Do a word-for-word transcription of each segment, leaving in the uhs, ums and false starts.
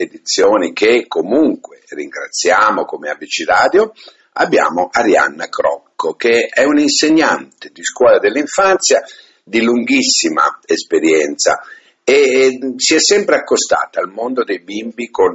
edizioni, che comunque ringraziamo come A B C Radio, abbiamo Arianna Crocco, che è un'insegnante di scuola dell'infanzia di lunghissima esperienza e si è sempre accostata al mondo dei bimbi con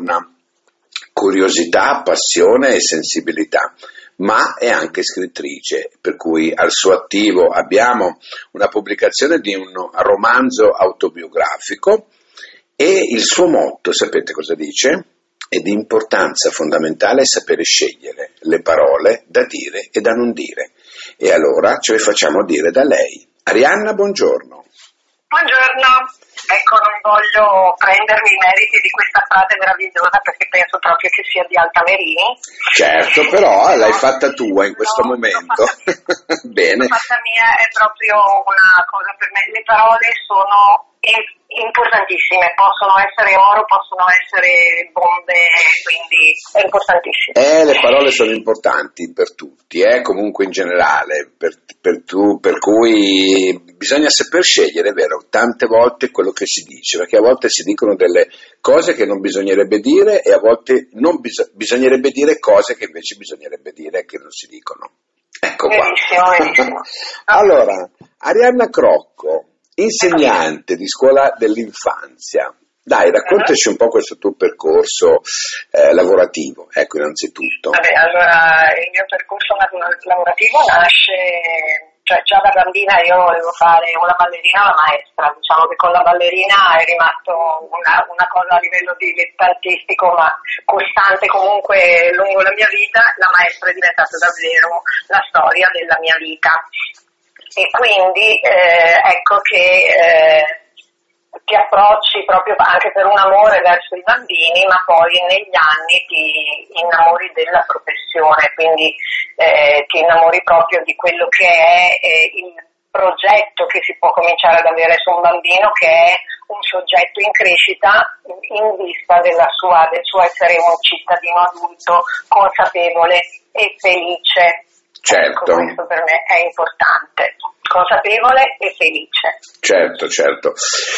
curiosità, passione e sensibilità, ma è anche scrittrice, per cui al suo attivo abbiamo una pubblicazione di un romanzo autobiografico e il suo motto, sapete cosa dice? È di importanza fondamentale sapere scegliere le parole da dire e da non dire. E allora ce le facciamo dire da lei. Arianna, buongiorno. Buongiorno. Ecco, non voglio prendermi i meriti di questa frase meravigliosa perché penso proprio che sia di Altamerini. Certo, però l'hai fatta tua in questo no, momento. Fatta, Bene. La fatta mia è proprio una cosa per me. Le parole sono importantissime, possono essere oro, possono essere bombe, quindi è importantissimo. Eh, le parole sono importanti per tutti, eh, comunque in generale, per, per, tu, per cui bisogna saper scegliere, è vero, tante volte quello che si dice, perché a volte si dicono delle cose che non bisognerebbe dire e a volte non bis- bisognerebbe dire cose che invece bisognerebbe dire e che non si dicono. Ecco qua. Benissimo, benissimo. Allora, Arianna Crocco, insegnante di scuola dell'infanzia. Dai, raccontaci un po' questo tuo percorso eh, lavorativo, ecco, innanzitutto. Vabbè, allora, il mio percorso lavorativo nasce, cioè già da bambina io volevo fare una ballerina alla maestra, diciamo che con la ballerina è rimasto una, una cosa a livello dilettantistico, ma costante comunque lungo la mia vita. La maestra è diventata davvero la storia della mia vita. E quindi eh, ecco che eh, ti approcci proprio anche per un amore verso i bambini, ma poi negli anni ti innamori della professione, quindi eh, ti innamori proprio di quello che è eh, il progetto che si può cominciare ad avere su un bambino, che è un soggetto in crescita in vista della sua, del suo essere un cittadino adulto consapevole e felice. Certo. Ecco, questo per me è importante, consapevole e felice. Certo, certo.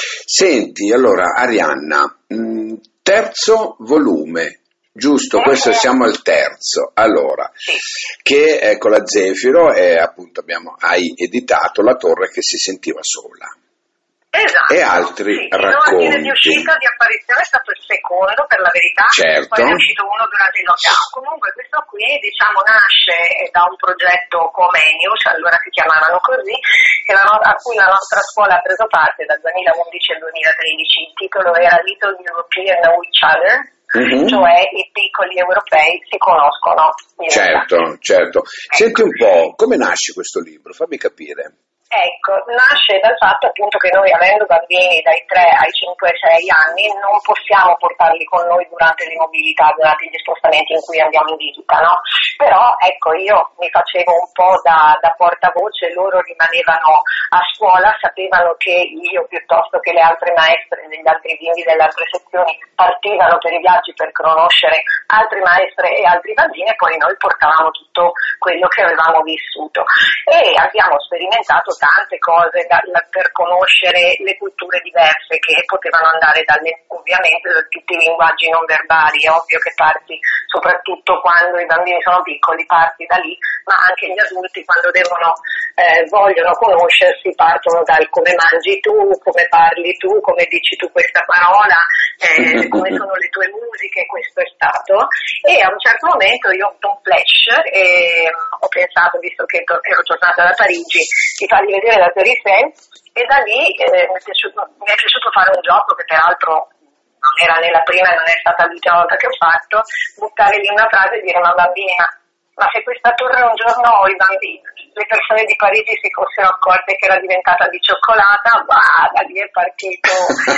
Senti, allora, Arianna, mh, terzo volume, giusto? Mm-hmm. Questo siamo al terzo. Allora, sì. Che eh, con la Zefiro eh, appunto abbiamo, hai editato La torre che si sentiva sola. Esatto. E altri sì, racconti. Il di uscita di apparizione è stato il secondo, per la verità, certo. Poi è uscito uno durante il lockdown. Comunque questo qui, diciamo, nasce da un progetto Comenius, allora si chiamavano così, che la no- a cui la nostra scuola ha preso parte dal duemilaundici al duemilatredici. Il titolo era Little European Know Each Other, mm-hmm. cioè i piccoli europei si conoscono. Certo, certo. Ecco. Senti un po', come nasce questo libro? Fammi capire. Ecco, nasce dal fatto appunto che noi, avendo bambini dai tre ai cinque sei anni, non possiamo portarli con noi durante le mobilità, durante gli spostamenti in cui andiamo in visita, no? Però ecco, io mi facevo un po' da, da portavoce, loro rimanevano a scuola, sapevano che io piuttosto che le altre maestre degli altri bimbi delle altre sezioni partivano per i viaggi per conoscere altre maestre e altri bambini, e poi noi portavamo tutto quello che avevamo vissuto e abbiamo sperimentato tante cose da, da, per conoscere le culture diverse, che potevano andare dalle, ovviamente da tutti i linguaggi non verbali. È ovvio che parti, soprattutto quando i bambini sono piccoli, parti da lì, ma anche gli adulti quando devono eh, vogliono conoscersi partono dal come mangi tu, come parli tu, come dici tu questa parola, eh, come sono le tue musiche. Questo è stato, e a un certo momento io ho avuto un flash e ho pensato, visto che ero tornata da Parigi, di fargli vedere la Serie sei, e da lì eh, mi, è piaciuto, mi è piaciuto fare un gioco che peraltro non era né la prima e non è stata l'ultima volta che ho fatto, buttare lì una frase e dire: ma bambina, ma se questa torre un giorno i bambini, le persone di Parigi si fossero accorte che era diventata di cioccolata, bah, da lì è partito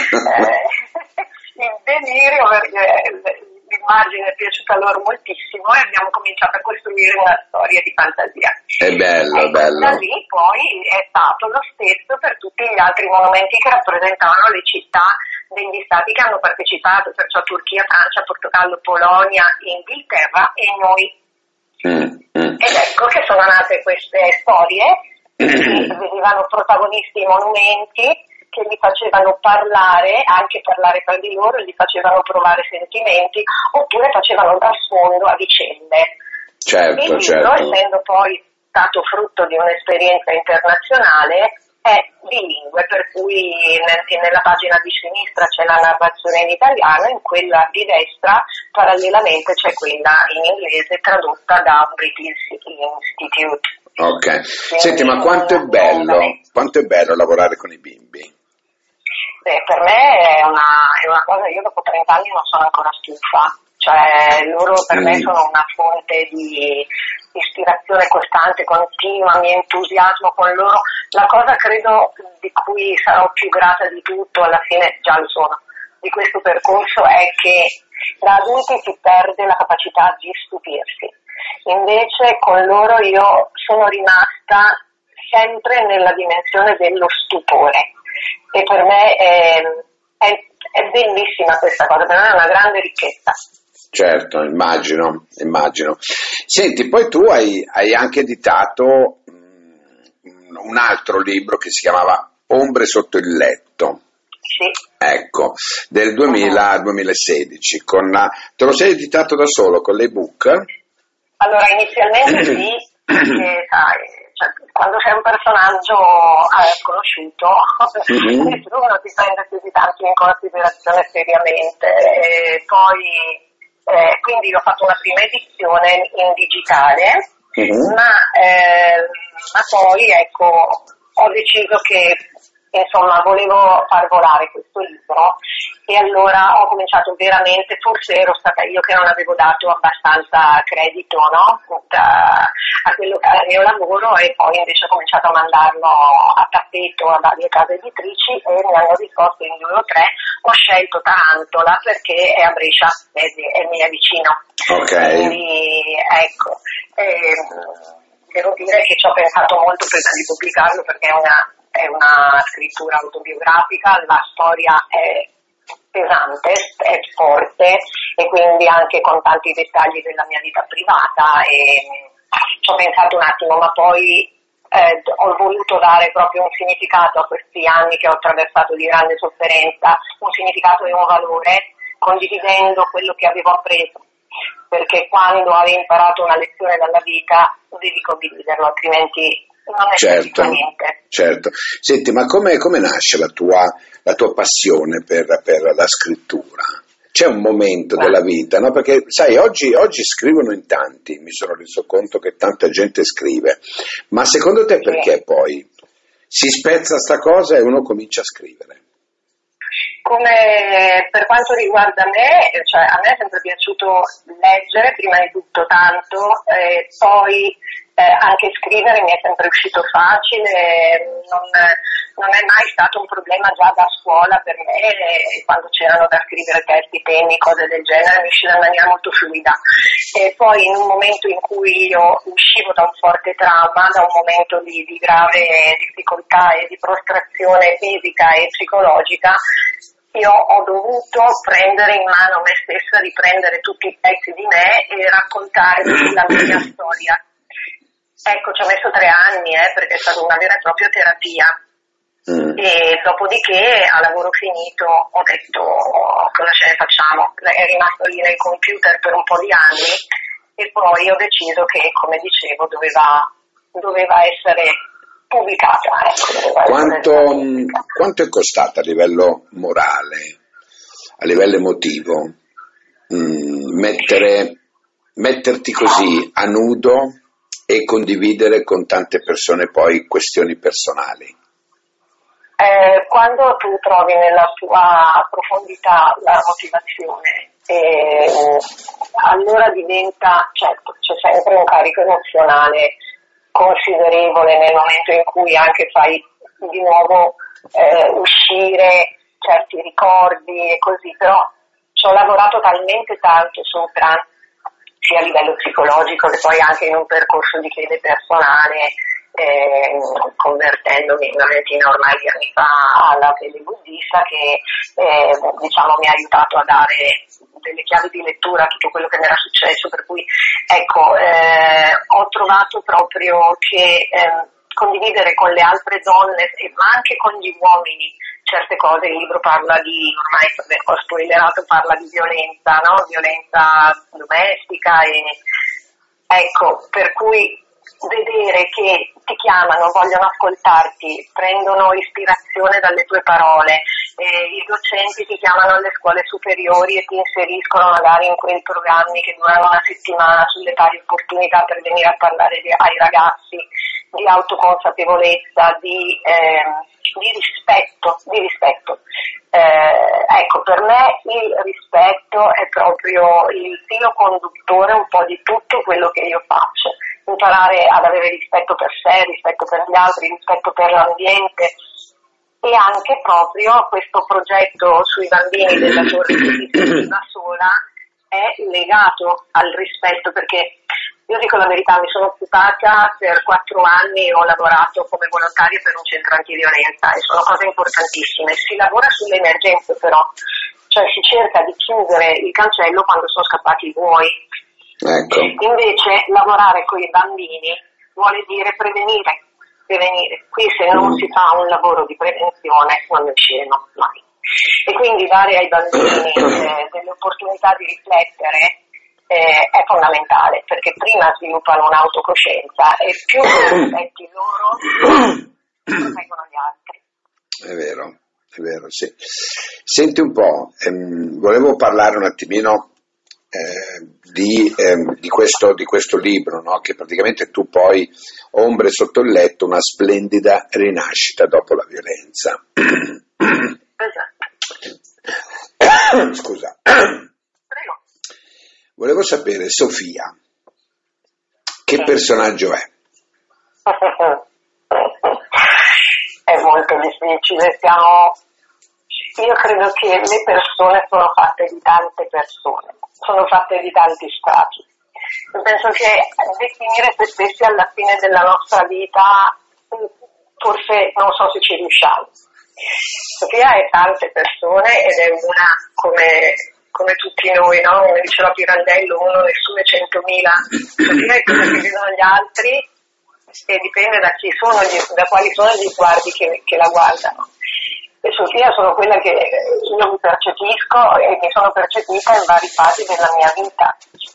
eh, il delirio, perché l'immagine è piaciuta loro moltissimo e abbiamo cominciato a costruire una storia di fantasia. È bello, ecco, bello. Da lì poi è stato lo stesso per tutti gli altri monumenti che rappresentavano le città degli stati che hanno partecipato, perciò Turchia, Francia, Portogallo, Polonia, Inghilterra e noi. Mm, mm. Ed ecco che sono nate queste storie, vedevano protagonisti i monumenti, che li facevano parlare, anche parlare tra di loro, gli facevano provare sentimenti, oppure facevano dar sfondo a vicende. Certo, Il libro, certo. essendo poi stato frutto di un'esperienza internazionale, è bilingue, per cui nella pagina di sinistra c'è la narrazione in italiano, in quella di destra parallelamente c'è quella in inglese tradotta da British Institute. Ok, Quindi, senti, ma quanto è bello, quanto è bello lavorare con i bimbi? Beh, per me è una, è una cosa, io dopo trenta anni non sono ancora stufa, cioè loro per mm. me sono una fonte di ispirazione costante, continua, mi entusiasmo con loro. La cosa credo di cui sarò più grata di tutto, alla fine già lo sono, di questo percorso è che da adulti si perde la capacità di stupirsi. Invece con loro io sono rimasta sempre nella dimensione dello stupore e per me è, è, è bellissima questa cosa, per me è una grande ricchezza. Certo, immagino, immagino. Senti, poi tu hai, hai anche editato mh, un altro libro che si chiamava Ombre sotto il letto. Sì. Ecco, del duemila al duemilasedici. Con, te lo sei editato da solo con l'ebook? Allora, inizialmente sì, perché sai, cioè, quando sei un personaggio eh, conosciuto, mm-hmm. nessuno ti prende più di tanto in considerazione seriamente. E poi Eh, quindi ho fatto una prima edizione in digitale, uh-huh. ma, eh, ma poi ecco ho deciso che insomma volevo far volare questo libro e allora ho cominciato veramente, forse ero stata io che non avevo dato abbastanza credito, no? Da, a quello che era il mio lavoro, e poi invece ho cominciato a mandarlo a tappeto a varie case editrici e mi hanno risposto in due o tre. Ho scelto Tarantola perché è a Brescia e mi è vicino. Okay. Quindi ecco, eh, devo dire che ci ho pensato molto prima di pubblicarlo perché è una è una scrittura autobiografica, la storia è pesante, è forte e quindi anche con tanti dettagli della mia vita privata, e ci ho pensato un attimo, ma poi eh, ho voluto dare proprio un significato a questi anni che ho attraversato di grande sofferenza, un significato e un valore, condividendo quello che avevo appreso, perché quando hai imparato una lezione dalla vita devi condividerlo, altrimenti non è certo, niente. Certo. Senti, ma come, come nasce la tua, la tua passione per, per la scrittura? C'è un momento ah. della vita, no? Perché sai, oggi, oggi scrivono in tanti, mi sono reso conto che tanta gente scrive, ma secondo te perché sì. poi si spezza sta cosa e uno comincia a scrivere? Come per quanto riguarda me, cioè a me è sempre piaciuto leggere, prima di tutto tanto, e poi eh, anche scrivere mi è sempre uscito facile, non, non è mai stato un problema già da scuola per me, quando c'erano da scrivere testi, temi, cose del genere, mi usciva in maniera molto fluida. E poi in un momento in cui io uscivo da un forte trauma, da un momento di, di grave difficoltà e di prostrazione fisica e psicologica, io ho dovuto prendere in mano me stessa, riprendere tutti i pezzi di me e raccontare la mia storia. Ecco, ci ho messo tre anni, eh, perché è stata una vera e propria terapia. Mm. E dopodiché, a lavoro finito, ho detto cosa ce ne facciamo. È rimasto lì nel computer per un po' di anni e poi ho deciso che, come dicevo, doveva, doveva essere pubblicata. Ecco, quanto, quanto è costata a livello morale, a livello emotivo, mh, mettere, metterti così a nudo e condividere con tante persone poi questioni personali? Eh, quando tu trovi nella tua profondità la motivazione, eh, allora diventa, certo, c'è sempre un carico emozionale considerevole nel momento in cui anche fai di nuovo eh, uscire certi ricordi e così, però ci ho lavorato talmente tanto sopra, sia a livello psicologico che poi anche in un percorso di fede personale, eh, convertendomi una ventina ormai di anni fa alla fede buddista, che eh, diciamo mi ha aiutato a dare delle chiavi di lettura a tutto quello che mi era successo, per cui ecco, eh, ho trovato proprio che eh, condividere con le altre donne, ma anche con gli uomini, certe cose. Il libro parla di, ormai ho spoilerato, parla di violenza, no? Violenza domestica, e ecco, per cui vedere che ti chiamano, vogliono ascoltarti, prendono ispirazione dalle tue parole, eh, i docenti ti chiamano alle scuole superiori e ti inseriscono magari in quei programmi che durano una settimana sulle pari opportunità per venire a parlare di, ai ragazzi di autoconsapevolezza, di, eh, di rispetto, di rispetto. Eh, ecco, per me il rispetto è proprio il filo conduttore un po' di tutto quello che io faccio. Imparare ad avere rispetto per sé, rispetto per gli altri, rispetto per l'ambiente, e anche proprio questo progetto sui bambini della torre di da sola è legato al rispetto, perché io dico la verità, mi sono occupata per quattro anni, ho lavorato come volontaria per un centro antiviolenza e sono cose importantissime. Si lavora sulle emergenze però, cioè si cerca di chiudere il cancello quando sono scappati i buoi. Ecco. Invece lavorare con i bambini vuole dire prevenire, prevenire. Qui se non si fa un lavoro di prevenzione non ne usciremo mai. E quindi dare ai bambini eh, delle opportunità di riflettere eh, è fondamentale, perché prima sviluppano un'autocoscienza e più rispetti loro, proteggono gli altri. È vero, è vero, sì. Senti un po', ehm, volevo parlare un attimino Eh, di, ehm, di, questo, di questo libro, no? Che praticamente tu poi ombre sotto il letto una splendida rinascita dopo la violenza. Esatto. Scusa. Prego. Volevo sapere, Sofia, che Sì. personaggio è? È molto difficile, siamo... Io credo che le persone sono fatte di tante persone, sono fatte di tanti strati. Io penso che definire se stessi alla fine della nostra vita, forse non so se ci riusciamo. Sofia è tante persone ed è una come, come tutti noi, no? Come diceva Pirandello, uno nessuno e centomila. Sofia è cosa che vedono gli altri e dipende da chi sono, gli, da quali sono gli sguardi che, che la guardano. E Sofia sono quella che io mi percepisco e mi sono percepita in varie fasi della mia vita.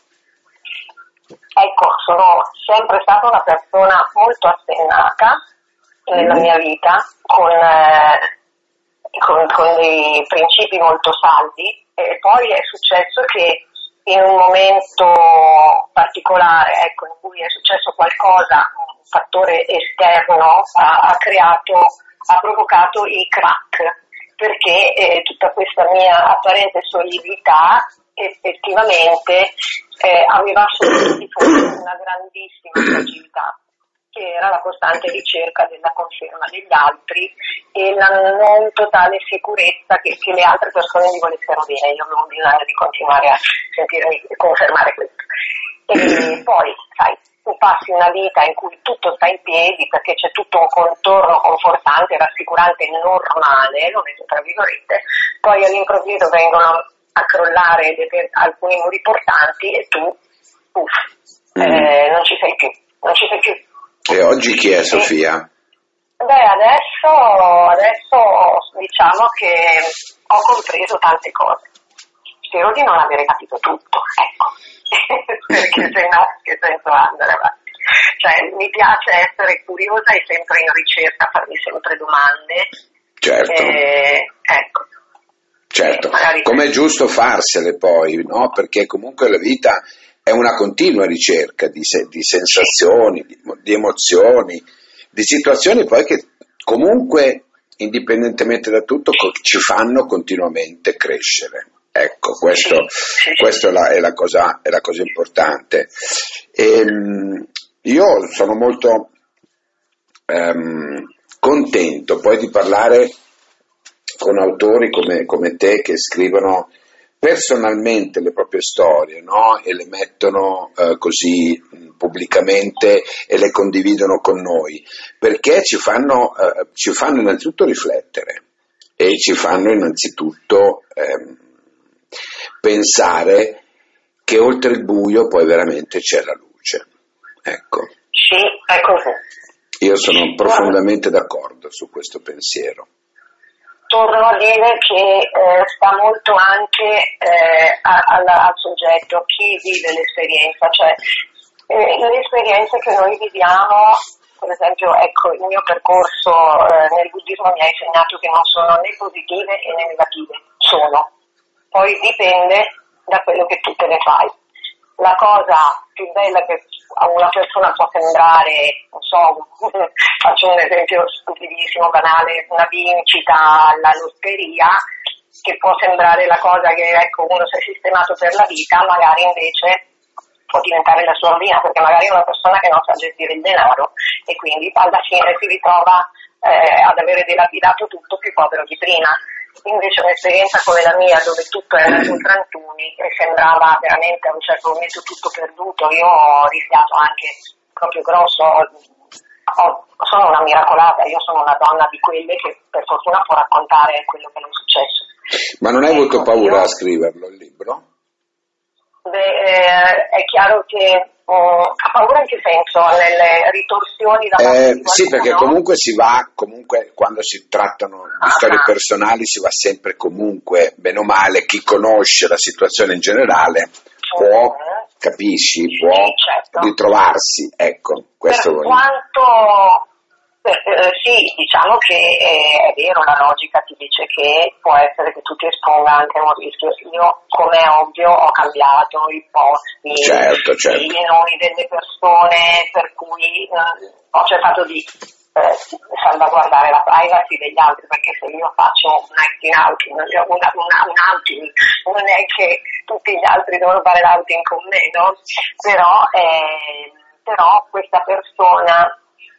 Ecco, sono sempre stata una persona molto assennata nella mia vita, con, eh, con, con dei principi molto saldi, e poi è successo che in un momento particolare, ecco, in cui è successo qualcosa, un fattore esterno ha, ha creato ha provocato il crack, perché eh, tutta questa mia apparente solidità effettivamente eh, aveva sotto di fondo una grandissima fragilità, che era la costante ricerca della conferma degli altri e la non totale sicurezza che, che le altre persone mi volessero bene. Io avevo bisogno di continuare a sentirmi confermare questo. E poi, sai, tu passi una vita in cui tutto sta in piedi perché c'è tutto un contorno confortante, rassicurante, normale, lo metto tra virgolette, poi all'improvviso vengono a crollare de- alcuni muri portanti e tu, uff, mm. eh, non ci sei più, non ci sei più. E oggi chi è Sofia? Beh, adesso, adesso diciamo che ho compreso tante cose. Spero di non avere capito tutto, ecco, perché se no che senso ha andare avanti. Cioè, mi piace essere curiosa e sempre in ricerca, farmi sempre domande. Certo. E, ecco. Certo, magari... come è giusto farsele poi, no? Perché comunque la vita è una continua ricerca di, se- di sensazioni, di, di emozioni, di situazioni poi che comunque, indipendentemente da tutto, co- ci fanno continuamente crescere. Ecco, questo, questo è, la, è, la cosa, è la cosa importante. E, io sono molto ehm, contento poi di parlare con autori come, come te che scrivono personalmente le proprie storie, no? E le mettono eh, così mh, pubblicamente e le condividono con noi, perché ci fanno, eh, ci fanno innanzitutto riflettere e ci fanno innanzitutto ehm, pensare che oltre il buio poi veramente c'è la luce. Ecco. Sì, è così. Io sono profondamente d'accordo su questo pensiero. Torno a dire che eh, sta molto anche eh, a, a, al soggetto, chi vive l'esperienza, cioè eh, le esperienze che noi viviamo, per esempio, ecco, il mio percorso eh, nel buddismo mi ha insegnato che non sono né positive né negative, sono. Poi dipende da quello che tu te ne fai. La cosa più bella che a una persona può sembrare, non so, faccio un esempio stupidissimo, banale, una vincita alla lotteria, che può sembrare la cosa che ecco uno si è sistemato per la vita, magari invece può diventare la sua rovina, perché magari è una persona che non sa gestire il denaro e quindi alla fine si ritrova eh, ad avere dilapidato tutto più povero di prima. Invece un'esperienza come la mia, dove tutto era sul trantuni e sembrava veramente a un certo momento tutto perduto, io ho rischiato anche proprio grosso, ho, sono una miracolata, io sono una donna di quelle che per fortuna può raccontare quello che mi è successo. Ma non hai ecco, avuto paura io, a scriverlo il libro? Beh, eh, è chiaro che Uh, ha paura in che senso? Nelle ritorsioni da parte eh, di qualcuno? Sì, perché comunque si va, comunque quando si trattano di ah, storie ah. personali si va sempre comunque, bene o male, chi conosce la situazione in generale può, uh-huh. capisci, può sì, certo. ritrovarsi, ecco, questo per voglio. quanto eh, sì, diciamo che è, è vero, la logica ti dice che può essere che tu ti esponga anche a un rischio. Io, come è ovvio, ho cambiato i posti, certo, certo. i nomi delle persone, per cui eh, ho cercato di eh, salvaguardare la privacy degli altri, perché se io faccio un acting outing, una, una, un outing, non è che tutti gli altri devono fare l'outing con me, no? Però, eh, però questa persona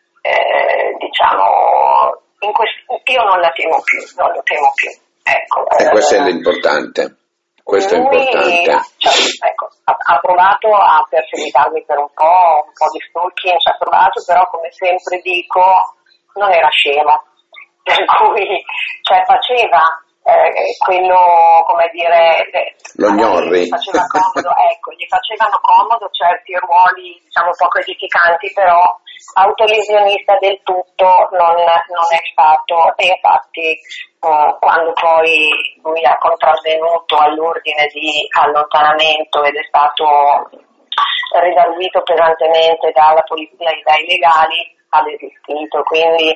Eh, diciamo in quest- io non la temo più, non lo temo più, ecco. E eh, questo è l'importante, questo lui, è importante. Cioè, ecco, ha, ha provato a perseguitarmi per un po', un po' di stalking, ci ha provato, però come sempre dico non era scemo, per cui cioè faceva eh, quello, come dire, eh, lo gnorri. gli faceva comodo, ecco, gli facevano comodo certi ruoli, diciamo, poco edificanti, però autolesionista del tutto non, non è stato, e infatti eh, quando poi lui ha contravvenuto all'ordine di allontanamento ed è stato risarcito pesantemente dalla polizia e dai legali, ha desistito, quindi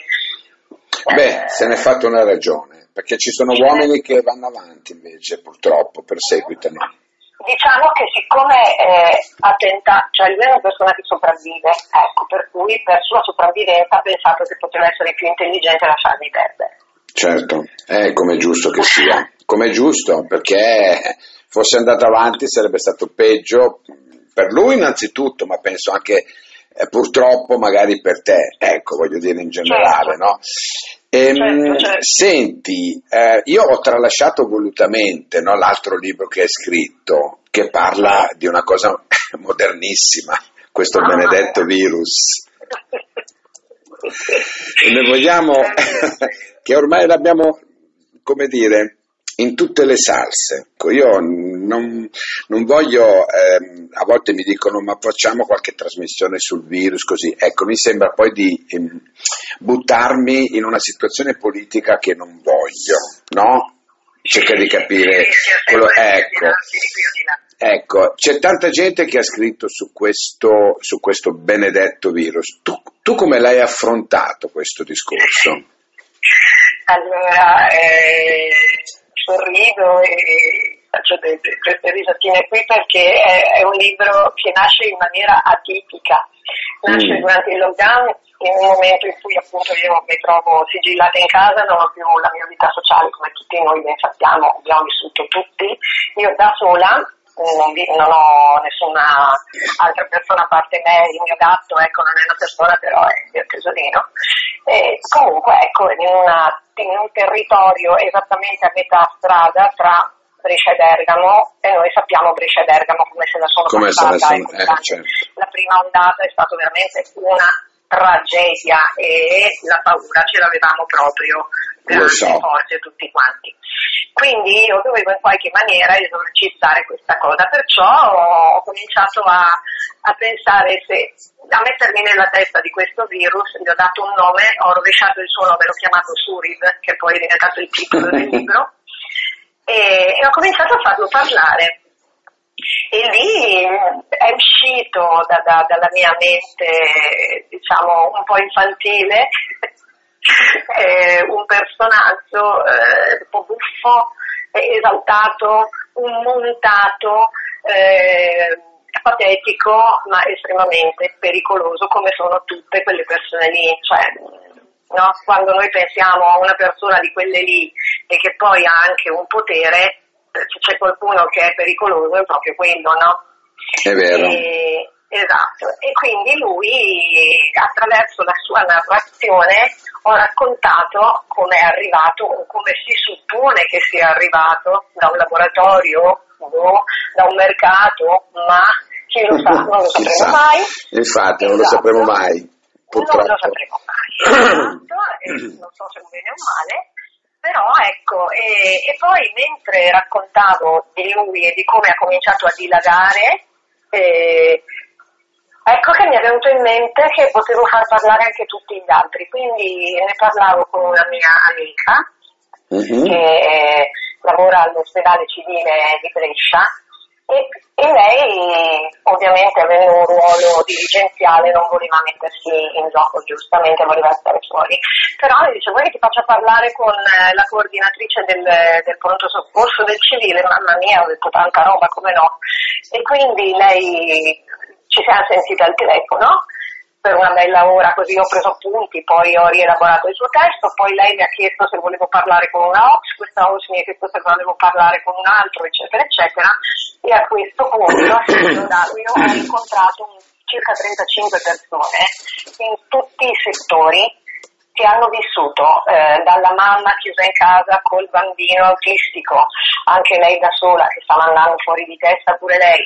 beh, se ne è fatto una ragione, perché ci sono uomini che vanno avanti invece, purtroppo, perseguitano. Diciamo che siccome eh, ha tentato, cioè lui è una persona che sopravvive, ecco, per cui per sua sopravvivenza ha pensato che poteva essere più intelligente lasciarmi perdere. Certo, è come è giusto che sia, come è giusto, perché fosse andato avanti sarebbe stato peggio per lui innanzitutto, ma penso anche eh, purtroppo magari per te, ecco, voglio dire in generale, certo. No? Ehm, certo, certo. Senti, eh, io ho tralasciato volutamente, no, l'altro libro che hai scritto, che parla di una cosa modernissima, questo ah, benedetto virus. E noi vogliamo che ormai l'abbiamo, come dire, in tutte le salse. Io non, non voglio, ehm, a volte mi dicono ma facciamo qualche trasmissione sul virus così, ecco, mi sembra poi di ehm, buttarmi in una situazione politica che non voglio, no? Cerca di capire quello, ecco, ecco, c'è tanta gente che ha scritto su questo, su questo benedetto virus. Tu, tu come l'hai affrontato questo discorso? Allora, eh... sorrido e faccio de- de- queste risatine qui perché è, è un libro che nasce in maniera atipica, nasce mm. durante il lockdown, in un momento in cui appunto io mi trovo sigillata in casa, non ho più la mia vita sociale come tutti noi ben sappiamo, abbiamo vissuto tutti, io da sola, non, vi, non ho nessuna altra persona a parte me, il mio gatto, ecco, non è una persona però è il mio tesorino, e comunque ecco in, una, in un territorio esattamente a metà strada tra Brescia e Bergamo, e noi sappiamo Brescia e Bergamo come se la sono come passata, se ecco, eh, certo. La prima ondata è stata veramente una tragedia e la paura ce l'avevamo proprio grande, so. forte tutti quanti. Quindi io dovevo in qualche maniera esorcizzare questa cosa, perciò ho cominciato a, a pensare se, a mettermi nella testa di questo virus, gli ho dato un nome, ho rovesciato il suo nome, l'ho chiamato Surib, che poi è diventato il titolo del libro, e, e ho cominciato a farlo parlare. E lì è uscito da, da, dalla mia mente, diciamo, un po' infantile, eh, un personaggio eh, un po' buffo, eh, esaltato, un montato, eh, patetico, ma estremamente pericoloso, come sono tutte quelle persone lì. Cioè, no? Quando noi pensiamo a una persona di quelle lì e che poi ha anche un potere, se c'è qualcuno che è pericoloso è proprio quello, no? È vero. E, esatto, e quindi lui, attraverso la sua narrazione, ho raccontato come è arrivato, o come si suppone che sia arrivato, da un laboratorio, o da un mercato, ma chi lo sa, non lo sapremo mai. Infatti, esatto. non lo sapremo mai, purtroppo. Non lo sapremo mai, esatto, e non so se è un bene o un male. Però ecco, e, e poi mentre raccontavo di lui e di come ha cominciato a dilagare, eh, ecco che mi è venuto in mente che potevo far parlare anche tutti gli altri, quindi ne parlavo con una mia amica, mm-hmm. che eh, lavora all'ospedale civile di Brescia, e, e lei ovviamente avendo un ruolo dirigenziale non voleva mettersi in gioco, giustamente voleva stare fuori, però mi dice: vuoi che ti faccia parlare con la coordinatrice del, del pronto soccorso del civile? Mamma mia, ho detto tanta roba, come no? E quindi lei, ci siamo sentiti al telefono per una bella ora, così ho preso appunti, poi ho rielaborato il suo testo, poi lei mi ha chiesto se volevo parlare con una O P S, questa O P S mi ha chiesto se volevo parlare con un altro, eccetera, eccetera, e a questo punto io ho incontrato circa trentacinque persone in tutti i settori che hanno vissuto, eh, dalla mamma chiusa in casa col bambino autistico, anche lei da sola che sta mandando fuori di testa pure lei,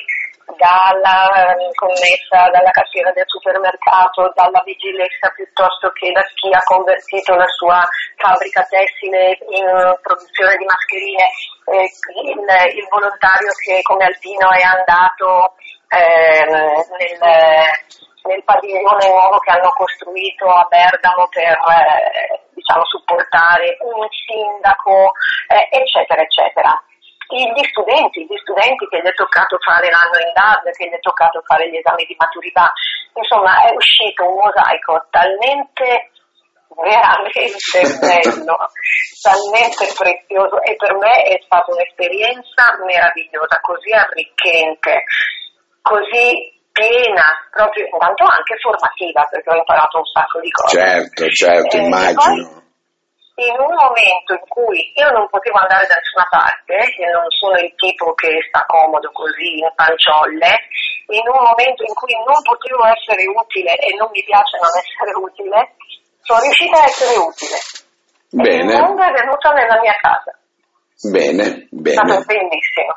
dalla commessa, dalla cassiera del supermercato, dalla vigilessa piuttosto che da chi ha convertito la sua fabbrica tessile in produzione di mascherine, eh, il, il volontario che come alpino è andato eh, nel, nel padiglione nuovo che hanno costruito a Bergamo per eh, diciamo supportare un sindaco, eh, eccetera eccetera. Gli studenti, gli studenti che gli è toccato fare l'anno in D A D, che gli è toccato fare gli esami di maturità, insomma è uscito un mosaico talmente veramente bello, talmente prezioso, e per me è stata un'esperienza meravigliosa, così arricchente, così piena, proprio tanto anche formativa, perché ho imparato un sacco di cose. Certo, certo, eh, immagino. In un momento in cui io non potevo andare da nessuna parte, e non sono il tipo che sta comodo così in panciolle, in un momento in cui non potevo essere utile e non mi piace non essere utile, sono riuscita a essere utile. Bene. E il mondo è venuto nella mia casa. Bene, bene. È stato bellissimo.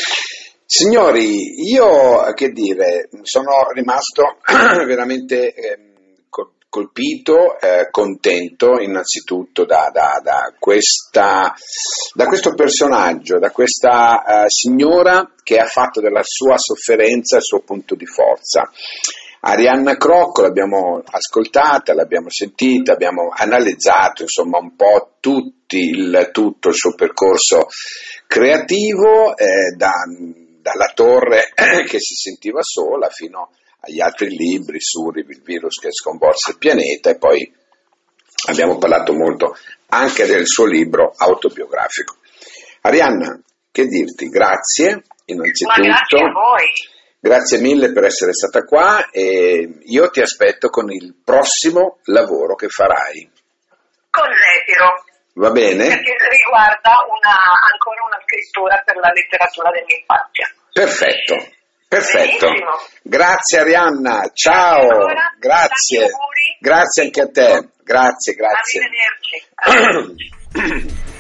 Signori, io, che dire, sono rimasto veramente... Eh, colpito, eh, contento innanzitutto da, da, da, questa, da questo personaggio, da questa uh, signora che ha fatto della sua sofferenza il suo punto di forza. Arianna Crocco l'abbiamo ascoltata, l'abbiamo sentita, abbiamo analizzato insomma un po' tutti il, tutto il suo percorso creativo, eh, da, dalla torre che si sentiva sola fino a agli altri libri, Surib, il virus che sconvolse il pianeta, e poi abbiamo parlato molto anche del suo libro autobiografico. Arianna, che dirti? Grazie innanzitutto. Ma grazie a voi. Grazie mille per essere stata qua, e io ti aspetto con il prossimo lavoro che farai. Con Zefiro. Va bene? Perché riguarda una, ancora una scrittura per la letteratura dell'infanzia. Perfetto. Perfetto, benissimo. Grazie Arianna, ciao, allora, grazie, grazie anche a te, grazie, grazie. Arrivederci. Arrivederci.